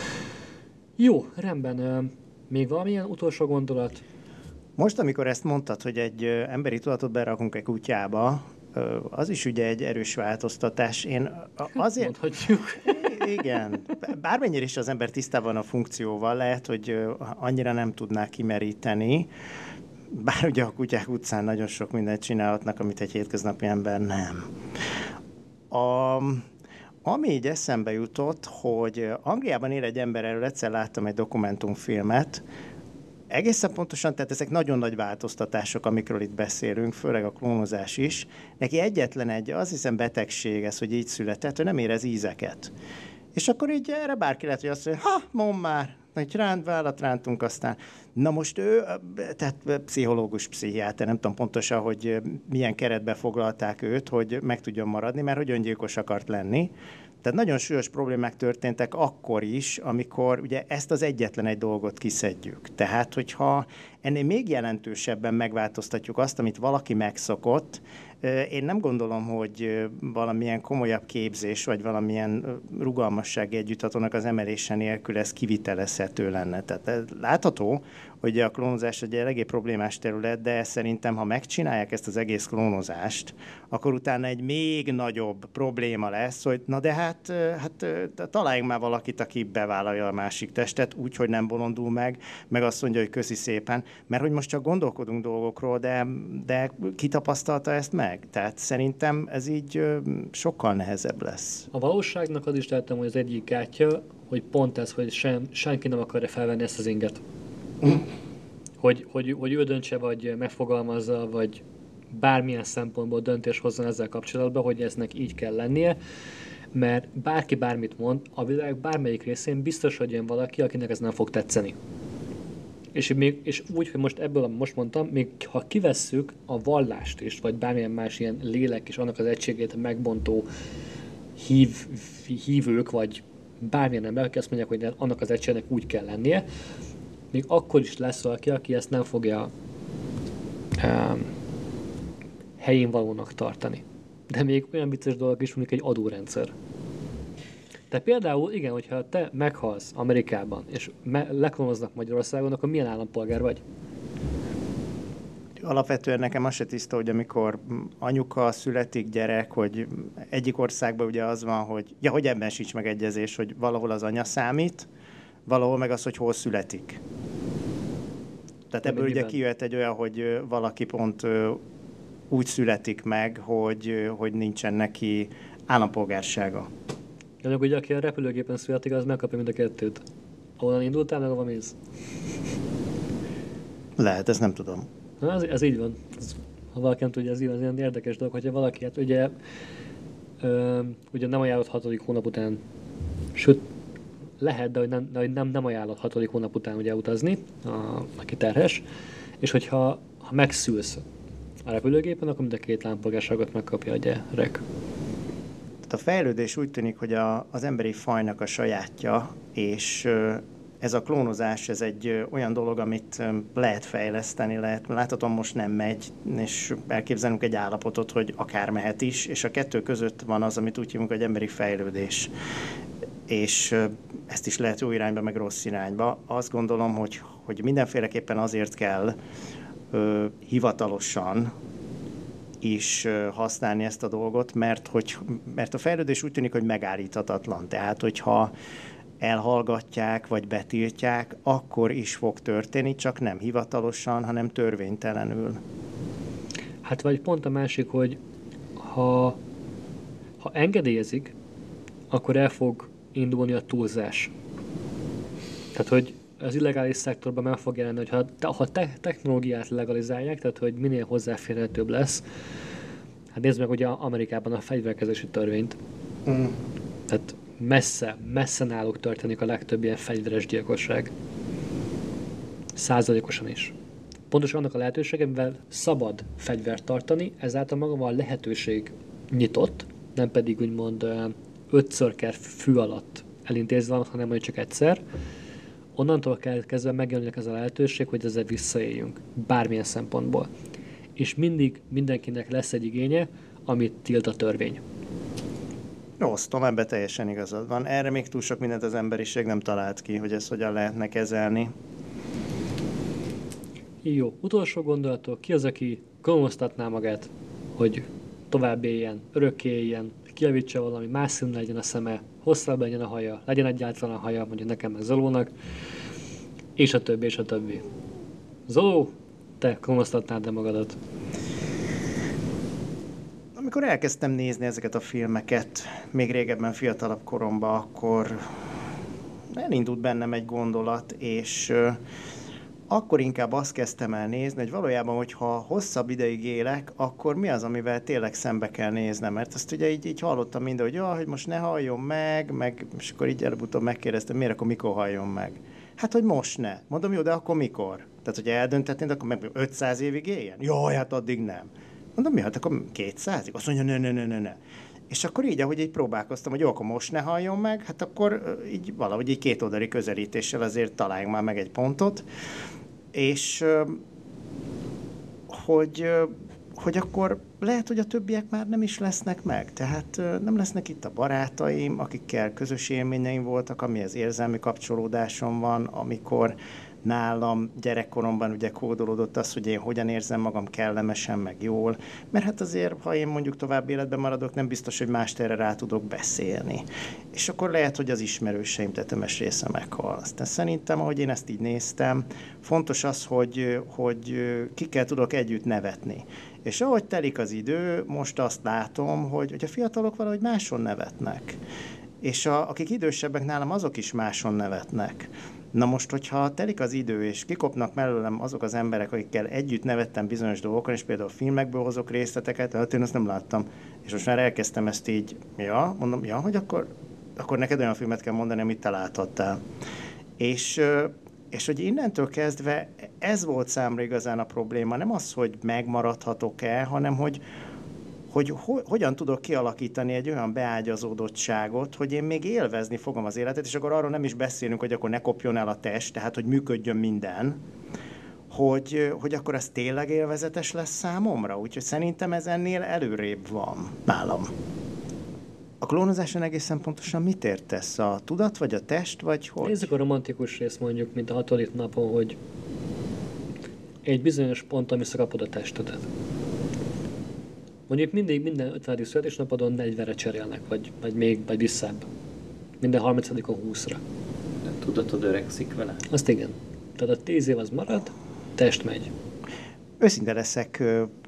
Jó, rendben. Még valamilyen utolsó gondolat? Most, amikor ezt mondtad, hogy egy emberi tudatot berakunk egy kutyába, az is ugye egy erős változtatás. Én azért... Mondhatjuk. Igen. Bármennyire is az ember tisztában a funkcióval, lehet, hogy annyira nem tudná kimeríteni, bár ugye a kutyák utcán nagyon sok mindent csinálhatnak, amit egy hétköznapi ember nem. Ami így eszembe jutott, hogy Angliában él egy ember, erről egyszer láttam egy dokumentumfilmet, egészen pontosan, tehát ezek nagyon nagy változtatások, amikről itt beszélünk, főleg a klónozás is. Neki egyetlen egy, azt hiszem betegség ez, hogy így született, hogy nem érez ízeket. És akkor így erre bárki lehet, hogy azt mondja, mondd már, hogy vállat rántunk aztán. Na most ő, tehát pszichológus, pszichiáter, nem tudom pontosan, hogy milyen keretbe foglalták őt, hogy meg tudjon maradni, mert hogy öngyilkos akart lenni. Tehát nagyon súlyos problémák történtek akkor is, amikor ugye ezt az egyetlen egy dolgot kiszedjük. Tehát, hogyha ennél még jelentősebben megváltoztatjuk azt, amit valaki megszokott, én nem gondolom, hogy valamilyen komolyabb képzés, vagy valamilyen rugalmassági együtthatónak az emelése nélkül ez kivitelezhető lenne. Tehát látható, hogy a klónozás egy eléggé problémás terület, de szerintem, ha megcsinálják ezt az egész klónozást, akkor utána egy még nagyobb probléma lesz, hogy na de hát találjunk már valakit, aki bevállalja a másik testet, úgy, hogy nem bolondul meg azt mondja, hogy köszi szépen, mert hogy most csak gondolkodunk dolgokról, de ki tapasztalta ezt meg? Tehát szerintem ez így sokkal nehezebb lesz. A valóságnak az is lehetem, hogy az egyik gátja, hogy pont ez, hogy senki nem akarja felvenni ezt az inget. Hogy ő döntse, vagy megfogalmazza, vagy bármilyen szempontból döntés hozzon ezzel kapcsolatban, hogy eznek így kell lennie, mert bárki bármit mond, a világ bármelyik részén biztos, hogy jön valaki, akinek ez nem fog tetszeni. És úgy, hogy most ebből, amit most mondtam, még ha kivesszük a vallást is, vagy bármilyen más ilyen lélek és annak az egységét megbontó hívők, vagy bármilyen ember, aki azt mondják, hogy annak az egységnek úgy kell lennie, még akkor is lesz valaki, aki ezt nem fogja helyén valónak tartani. De még olyan vicces dolog is, mondjuk egy adórendszer. De például, igen, hogyha te meghalsz Amerikában, és leklónoznak Magyarországon, akkor milyen állampolgár vagy? Alapvetően nekem az se tiszta, hogy amikor anyuka, születik gyerek, hogy egyik országban ugye az van, hogy ebben sincs megegyezés, hogy valahol az anya számít, valahol meg az, hogy hol születik. Tehát ebből ugye kijöhet egy olyan, hogy valaki pont úgy születik meg, hogy nincsen neki állampolgársága. Önök ugye, aki a repülőgépen születik, az megkapja mind a kettőt. Ahonnan indultál, meg ahova mész. Lehet, ezt nem tudom. Na, ez így van. Ha valaki nem tudja, ez így van, ez ilyen érdekes dolog, hogyha valaki, hát ugye nem ajánlott 6. hónap után, sőt, lehet, de hogy nem ajánlott 6. hónap után ugye utazni, aki terhes, és hogyha megszülsz a repülőgépen, akkor mind a két állampolgárságot megkapja a gyerek. Tehát a fejlődés úgy tűnik, hogy az emberi fajnak a sajátja, és ez a klónozás, ez egy olyan dolog, amit lehet fejleszteni, láthatóan most nem megy, és elképzelünk egy állapotot, hogy akár mehet is, és a kettő között van az, amit úgy hívunk, hogy emberi fejlődés. És ezt is lehet jó irányba, meg rossz irányba. Azt gondolom, hogy mindenféleképpen azért kell hivatalosan is használni ezt a dolgot, mert a fejlődés úgy tűnik, hogy megállíthatatlan. Tehát, hogyha elhallgatják, vagy betiltják, akkor is fog történni, csak nem hivatalosan, hanem törvénytelenül. Hát vagy pont a másik, hogy ha engedélyezik, akkor el fog indulni a túlzás. Tehát, hogy az illegális szektorban meg fog jelenni, hogy ha technológiát legalizálják, tehát hogy minél hozzáférhetőbb lesz, hát nézd meg ugye Amerikában a fegyverkezési törvényt. Tehát messze náluk történik a legtöbb ilyen fegyveres gyilkosság. Százalékosan is. Pontosan annak a lehetősége, mivel szabad fegyvert tartani, ezáltal maga a lehetőség nyitott, nem pedig úgymond 5-ször kell fű alatt elintézve van, hanem hogy csak egyszer. Onnantól kezdve megjelenik ez a lehetőség, hogy ezzel visszaéljünk, bármilyen szempontból. És mindig mindenkinek lesz egy igénye, amit tilt a törvény. Osztom, ebben teljesen igazad van. Erre még túl sok mindent az emberiség nem talált ki, hogy ezt hogyan lehetne kezelni. Jó, utolsó gondolatok. Ki az, aki klónoztatná magát, hogy tovább éljen, örökké éljen, kijavítsa valami, más szín legyen a szeme, hosszabb legyen a haja, legyen egyáltalán a haja, mondjuk nekem meg Zolónak, és a többi, és a többi. Zoló, te klónoztatnád magadat? Amikor elkezdtem nézni ezeket a filmeket, még régebben fiatalabb koromban, akkor elindult bennem egy gondolat, és akkor inkább azt kezdtem el nézni, hogy valójában, hogyha hosszabb ideig élek, akkor mi az, amivel tényleg szembe kell néznem? Mert azt ugye így hallottam minden, hogy most ne halljon meg, és akkor így előbb-utóbb megkérdeztem, miért akkor mikor halljon meg? Hát, hogy most ne. Mondom, jó, de akkor mikor? Tehát, hogyha eldöntetnéd, akkor meg 500 évig éljen? Jaj, hát addig nem. Mondom, mi, hát akkor 200-ig? Azt mondja, ne. És akkor így, ahogy így próbálkoztam, hogy jó, akkor most ne halljon meg, hát akkor így valahogy így kétoldali közelítéssel azért találjunk már meg egy pontot. És hogy akkor lehet, hogy a többiek már nem is lesznek meg. Tehát nem lesznek itt a barátaim, akikkel közös élményeim voltak, amihez érzelmi kapcsolódásom van, amikor nálam gyerekkoromban ugye kódolódott az, hogy én hogyan érzem magam kellemesen, meg jól, mert hát azért, ha én mondjuk tovább életben maradok, nem biztos, hogy más erre rá tudok beszélni. És akkor lehet, hogy az ismerőseim tetemes része meghal. Aztán szerintem, ahogy én ezt így néztem, fontos az, hogy kikkel tudok együtt nevetni. És ahogy telik az idő, most azt látom, hogy a fiatalok valahogy máson nevetnek. És akik idősebbek nálam, azok is máson nevetnek. Na most, hogyha telik az idő, és kikopnak mellőlem azok az emberek, akikkel együtt nevettem bizonyos dolgokon, és például filmekből hozok részleteket, hát én azt nem láttam. És most már elkezdtem ezt így, mondom, hogy akkor neked olyan filmet kell mondani, amit te láthattál. És hogy innentől kezdve ez volt számra igazán a probléma, nem az, hogy megmaradhatok-e, hanem hogy hogyan tudok kialakítani egy olyan beágyazódottságot, hogy én még élvezni fogom az életet, és akkor arról nem is beszélünk, hogy akkor ne kopjon el a test, tehát hogy működjön minden, hogy akkor ez tényleg élvezetes lesz számomra. Úgyhogy szerintem ez ennél előrébb van nálam. A klónozáson egészen pontosan mit értesz? A tudat, vagy a test, vagy hogy? Nézzük a romantikus részt mondjuk, mint a 6. napon, hogy egy bizonyos ponton visszakapod a testedet. Mondjuk minden 50. születésnapodon 40-re cserélnek, vagy visszább. Minden 30-on 20-ra. De tudatod öregszik vele? Azt igen. Tehát a 10 év az marad, test megy. Őszinte leszek,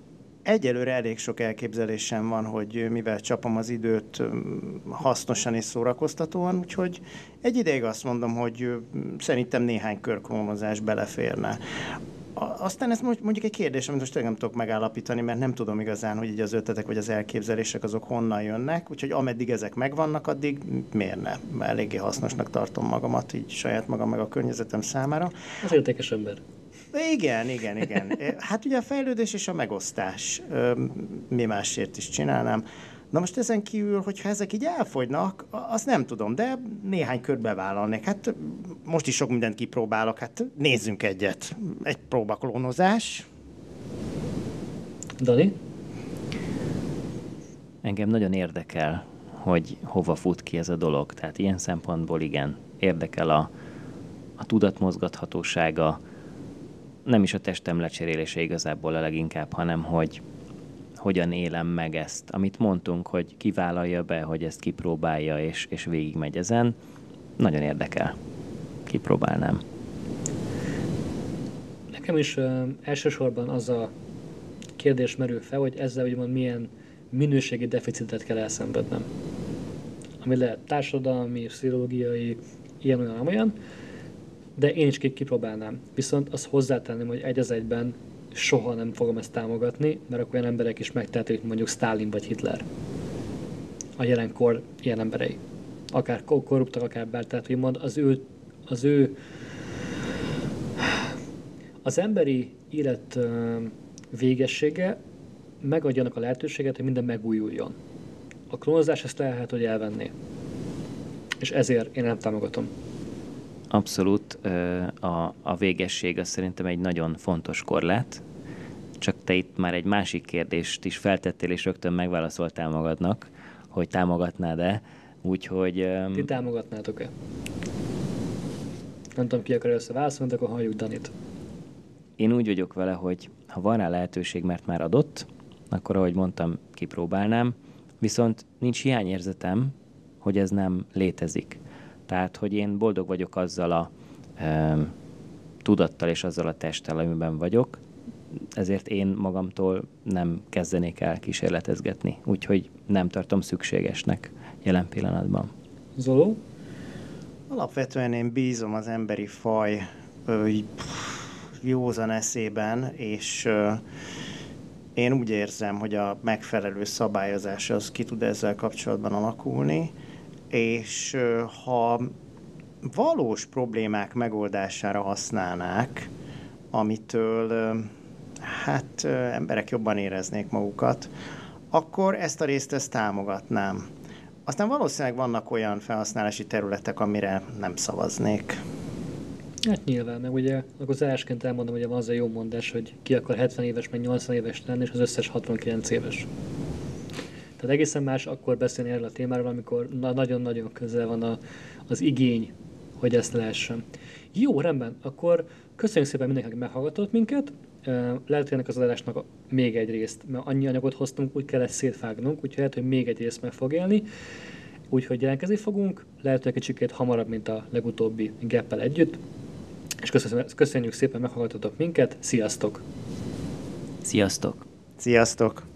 Egyelőre elég sok elképzelésem van, hogy mivel csapom az időt hasznosan és szórakoztatóan, úgyhogy egy ideig azt mondom, hogy szerintem néhány körklónozás beleférne. Aztán ez mondjuk egy kérdés, amit most nem tudok megállapítani, mert nem tudom igazán, hogy így az ötletek vagy az elképzelések azok honnan jönnek, úgyhogy ameddig ezek megvannak, addig miért ne? Eléggé hasznosnak tartom magamat, így saját magam meg a környezetem számára. Az értékes ember. Igen. Hát ugye a fejlődés és a megosztás. Mi másért is csinálnám. Na most ezen kívül, hogyha ezek így elfogynak, azt nem tudom, de néhány kört bevállalnék. Hát most is sok mindent kipróbálok, hát nézzünk egyet. Egy próbaklónozás. Dani? Engem nagyon érdekel, hogy hova fut ki ez a dolog. Tehát ilyen szempontból igen, érdekel a tudatmozgathatósága, nem is a testem lecserélése igazából a leginkább, hanem hogy hogyan élem meg ezt. Amit mondtunk, hogy kivállalja be, hogy ezt kipróbálja, és végigmegy ezen, nagyon érdekel. Kipróbálnám. Nekem is elsősorban az a kérdés merül fel, hogy ezzel úgymond milyen minőségi deficitet kell elszenvednem. Ami lehet társadalmi, pszichológiai, ilyen-olyan, de én is kipróbálnám. Viszont azt hozzátenném, hogy egy az egyben soha nem fogom ezt támogatni, mert akkor olyan emberek is megtehetik, mint mondjuk Sztálin vagy Hitler. A jelenkor ilyen emberei. Akár korruptak, akár bár, tehát úgymond az emberi élet végessége megadja annak a lehetőséget, hogy minden megújuljon. A klónozás ezt lehet, hogy elvenné. És ezért én nem támogatom. Abszolút a végesség az szerintem egy nagyon fontos korlát, csak te itt már egy másik kérdést is feltettél, és rögtön megválaszoltál magadnak, hogy támogatnád-e, úgyhogy... Ti támogatnátok-e? Nem tudom, ki akar először válaszolni, de akkor halljuk Danit. Én úgy vagyok vele, hogy ha van rá lehetőség, mert már adott, akkor ahogy mondtam, kipróbálnám, viszont nincs hiányérzetem, hogy ez nem létezik. Tehát, hogy én boldog vagyok azzal a tudattal és azzal a testtel, amiben vagyok, ezért én magamtól nem kezdenék el kísérletezgetni. Úgyhogy nem tartom szükségesnek jelen pillanatban. Zoló? Alapvetően én bízom az emberi faj józan eszében, és én úgy érzem, hogy a megfelelő szabályozás az ki tud ezzel kapcsolatban alakulni, és ha valós problémák megoldására használnák, amitől emberek jobban éreznék magukat, akkor ezt a részt támogatnám. Aztán valószínűleg vannak olyan felhasználási területek, amire nem szavaznék. Hát nyilván, meg ugye akkor zárásként elmondom, hogy van az a jó mondás, hogy ki akar 70 éves, meg 80 éves lenni, és az összes 69 éves. Tehát egészen más akkor beszélni erről a témáról, amikor nagyon-nagyon közel van az igény, hogy ezt lehessen. Jó, rendben, akkor köszönjük szépen mindenkinek, hogy meghallgatott minket. Lehet, hogy ennek az adásnak még egy részt, mert annyi anyagot hoztunk, úgy kellett szétvágnunk, úgyhogy lehet, hogy még egy részt meg fog élni. Úgyhogy jelentkezni fogunk, lehet, hogy kicsikét hamarabb, mint a legutóbbi Geppel együtt. És köszönjük szépen, meghallgattatok minket. Sziasztok! Sziasztok! Sziasztok!